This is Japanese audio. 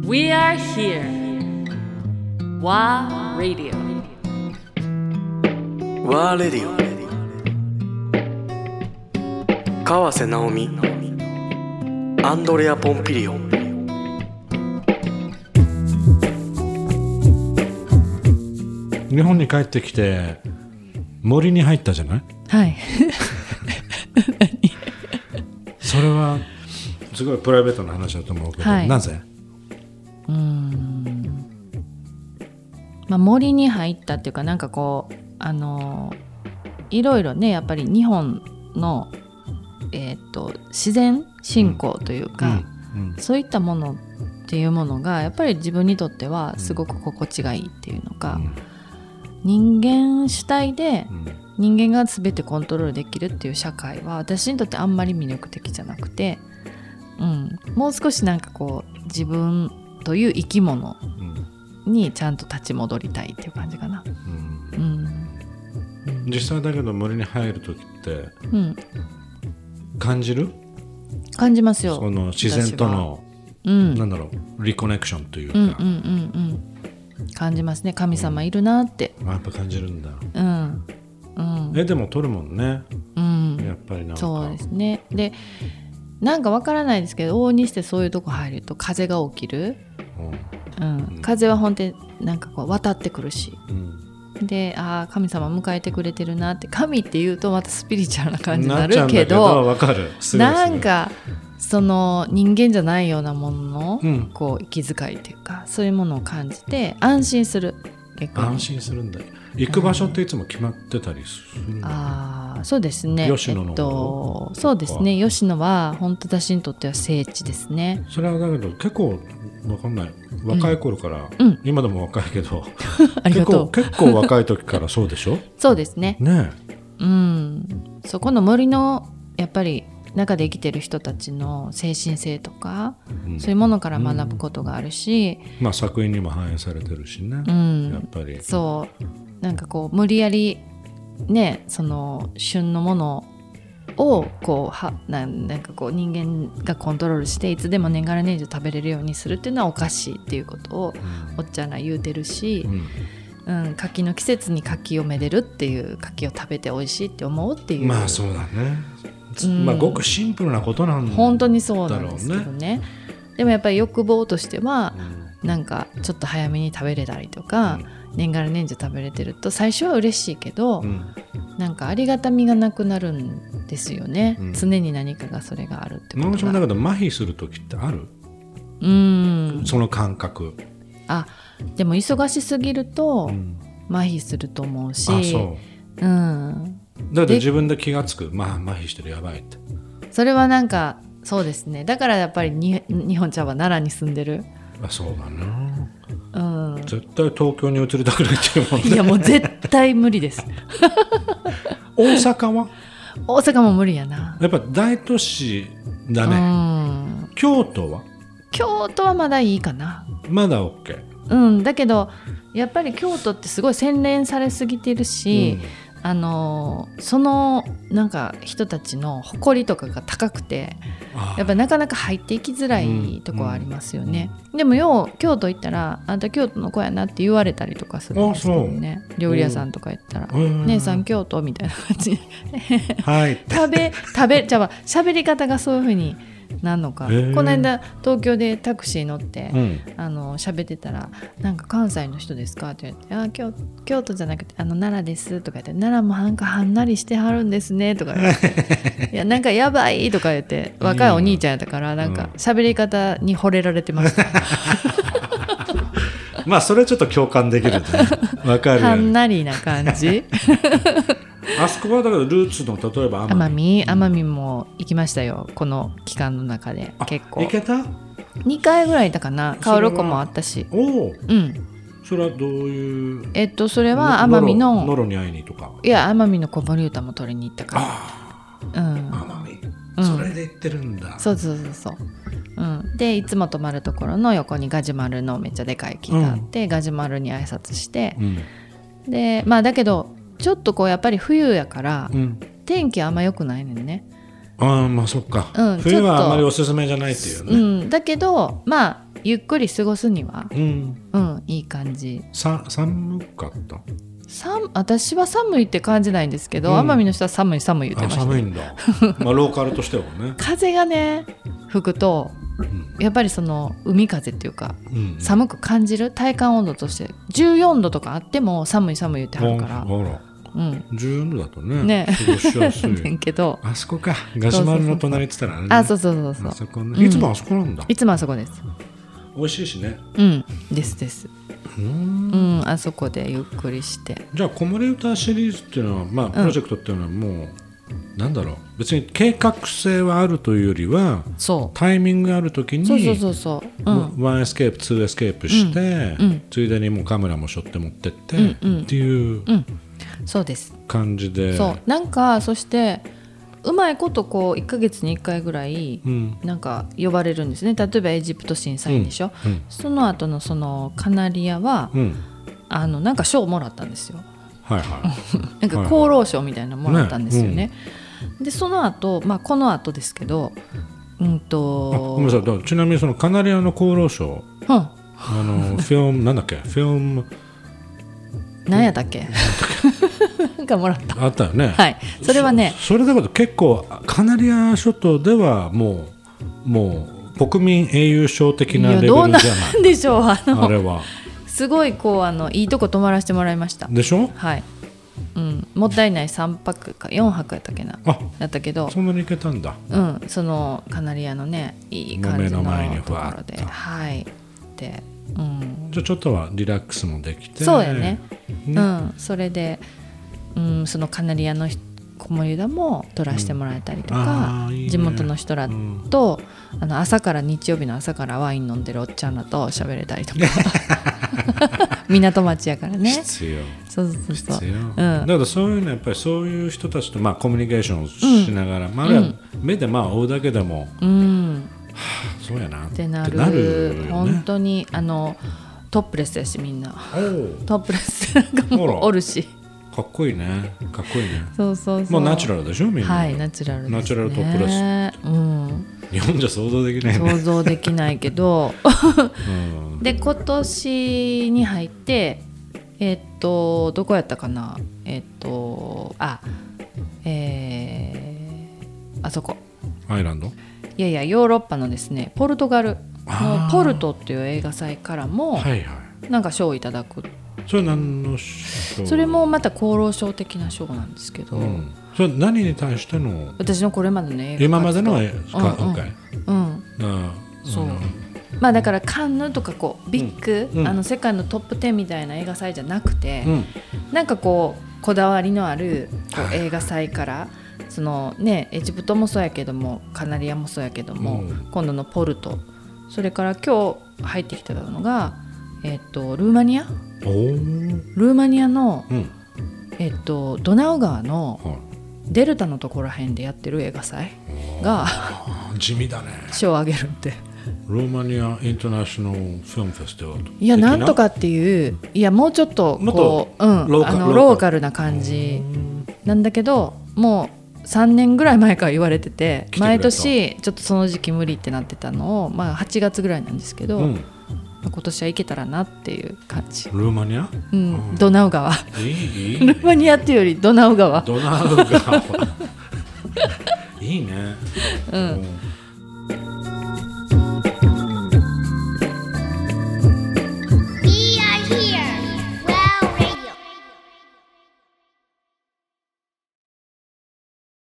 We are here. WA Radio. WA Radio。川瀬直美、アンドレア・ポンピリオ。 日本に帰ってきて森に入ったじゃない？ はいそれはすごいプライベートな話だと思うけど、はい、なぜ？ 森に入ったっていうか、なんかこういろいろね、やっぱり日本の、自然信仰というか、そういったものっていうものがやっぱり自分にとってはすごく心地がいいっていうのか、人間主体で人間が全てコントロールできるっていう社会は私にとってあんまり魅力的じゃなくて、もう少しなんかこう自分という生き物にちゃんと立ち戻りたいっていう感じかな。 実際だけど森に入るときって、感じる？ 感じますよ。 その自然との、なんだろう、リコネクションというか、 感じますね。神様いるなって、 やっぱ感じるんだ。でも撮るもんね、やっぱりなんかそうですね。でなんかわからないですけど、往々にしてそういうとこ入ると風が起きる、風は本当になんかこう渡ってくるし、で神様迎えてくれてるなって、神っていうとまたスピリチュアルな感じになるけど、 わかる、 なんかその人間じゃないようなものの、こう息遣いというか、そういうものを感じて安心する。 安心するんだ。行く場所っていつも決まってたりするの？ そうですね。 吉野のそうですね。吉野は本当私にとっては聖地ですね。 それはだけど結構わかんない。若い頃から、今でも若いけどありがとう。 結構若い時からそうでしょ？ そうですね。 ねえ。そこの森のやっぱり中で生きてる人たちの精神性とか、そういうものから学ぶことがあるし、 作品にも反映されてるしね、やっぱりそうなんかこう無理やりね、その旬のものをこうなんかこう人間がコントロールしていつでも年がら年中食べれるようにするっていうのはおかしいっていうことをおっちゃんが言うてるし、柿の季節に柿をめでるっていう、柿を食べて美味しいって思うっていう、 そうだね。ごくシンプルなことなんだろうね。 本当にそうなんですけどね。でもやっぱり欲望としては、なんかちょっと早めに食べれたりとか、年がら年中食べれてると最初は嬉しいけど、なんかありがたみがなくなるんですよね、常に何かがそれがあるってことが。 もだけど麻痺する時ってある？その感覚。 でも忙しすぎると麻痺すると思うし、 だって自分で気がつく、麻痺してる、やばいって。それはなんかそうですね。だからやっぱり日本ちゃんは奈良に住んでる。 そうだな、絶対東京に移りたくないっていうもんね。 いやもう絶対無理です大阪は？ 大阪も無理やな。 やっぱ大都市だね。京都は？ 京都はまだいいかな。 まだ OK。 だけどやっぱり京都ってすごい洗練されすぎてるし、そのなんか人たちの誇りとかが高くて、やっぱなかなか入っていきづらいとこはありますよね。でも京都行ったら、あんた京都の子やなって言われたりとかするんですけどね。料理屋さんとか行ったら、姉さん京都みたいな感じはい喋り方がそういう風になんのか。この間東京でタクシー乗って、喋ってたら、なんか関西の人ですかって言われて、京都じゃなくて奈良ですとか言って、奈良もなんかはんなりしてはるんですねとか言っていやなんかやばいとか言って、若いお兄ちゃんやったからなんか喋り方に惚れられてましたそれちょっと共感できるね。わかるよね。 はんなりな感じあそこはだからルーツの例えば奄美も行きましたよ、この期間の中で。結構行けた ？2回ぐらいいたかな。カオロコもあったし。 それはどういう？ それは奄美のノロに会いにとか。 いや、奄美の子守歌も取りに行ったから。 奄美、それで行ってるんだ。 そう、でいつも泊まるところの横にガジュマルのめっちゃでかい木があって、ガジュマルに挨拶して、でだけどちょっとこうやっぱり冬やから、天気あんま良くないねんね。 そっか、冬はあんまりおすすめじゃないっていうね。 だけどゆっくり過ごすには、いい感じ。 寒かった？ 私は寒いって感じないんですけど、奄美の人は寒い言ってました。 寒いんだまあローカルとしてはね風がね吹くと、やっぱりその海風っていうか、寒く感じる。体感温度として14度とかあっても寒い言ってはるから、 14度だとね過ごしやすいけど、 あそこかガジュマルの隣って言ったらあれね。 そうあそこね、いつもあそこなんだ。 いつもあそこです。 美味しいしね。 ですあそこでゆっくりして。 じゃあ子守歌シリーズっていうのは、まあプロジェクトっていうのはもう、なんだろう、別に計画性はあるというよりは、タイミングがあるときにワンエスケープ2エスケープして、ついでにもうカメラも背負って持ってってっていうそうです感じで、 なんかそしてうまいことこう1ヶ月に1回ぐらいなんか呼ばれるんですね。例えばエジプト審査員でしょ、その後のそのカナリアは、なんか賞をもらったんですよ。なんか功労賞みたいなのもらったんですよね。でその後、この後ですけど、 ごめんなさい、ちなみにそのカナリアの功労賞、フィルムなんだっけ、フィルム何やったっけなんかもらったあったよね。 それはね、 それだけど結構カナリア諸島ではもう国民英雄賞的なレベルじゃない。 どうなんでしょう。あれはすごいこういいとこ泊まらせてもらいました。 でしょ。 もったいない3泊か4泊やったっけな、だったけど、 そんなに行けたんだ。 そのカナリアのね、いい感じのところで、で、 じゃあちょっとはリラックスもできて、 そうやね。それで、そのカナリアの子守歌も撮らせてもらえたりとか、地元の人らと、朝から日曜日の朝からワイン飲んでるおっちゃんらと喋れたりとか港町やからね。 必要。 そうだからそういうのやっぱりそういう人たちとコミュニケーションをしながら、あるいは目で追うだけでも、そうやなってなるよね。 本当にトップレスやし、みんなトップレスなんかもおるし、 かっこいいね。かっこいいね。 そうもうナチュラルでしょ、みんな。 ナチュラルですね。 ナチュラルトップレス。日本じゃ想像できないね。 想像できないけどで今年に入ってどこやったかな、あそこアイランド、 いやヨーロッパのですね、ポルトガルのポルトっていう映画祭からもなんか賞をいただく。 それ何の賞？ それもまた功労賞的な賞なんですけど、 それ何に対しての？ 私のこれまでの映画、 今までの映画、 そうだからカンヌとかこうビッグ、世界のトップ10みたいな映画祭じゃなくて、なんかこうこだわりのあるこう映画祭から、そのね、エジプトもそうやけどもカナリアもそうやけども、今度のポルト、それから今日入ってきたのが、ルーマニアの、ドナウ川のデルタのところら辺でやってる映画祭が地味だね、 賞をあげるって。 ルーマニアインターナショナルフィルムフェスティバル、 いやなんとかっていう、いやもうちょっとこう、ローカルな感じなんだけど、もう3年ぐらい前から言われてて、毎年ちょっとその時期無理ってなってたのを、8月ぐらいなんですけど、今年は行けたらなっていう感じ。 ルーマニア、 ドナウ川ルーマニアっていうよりドナウ川いいね。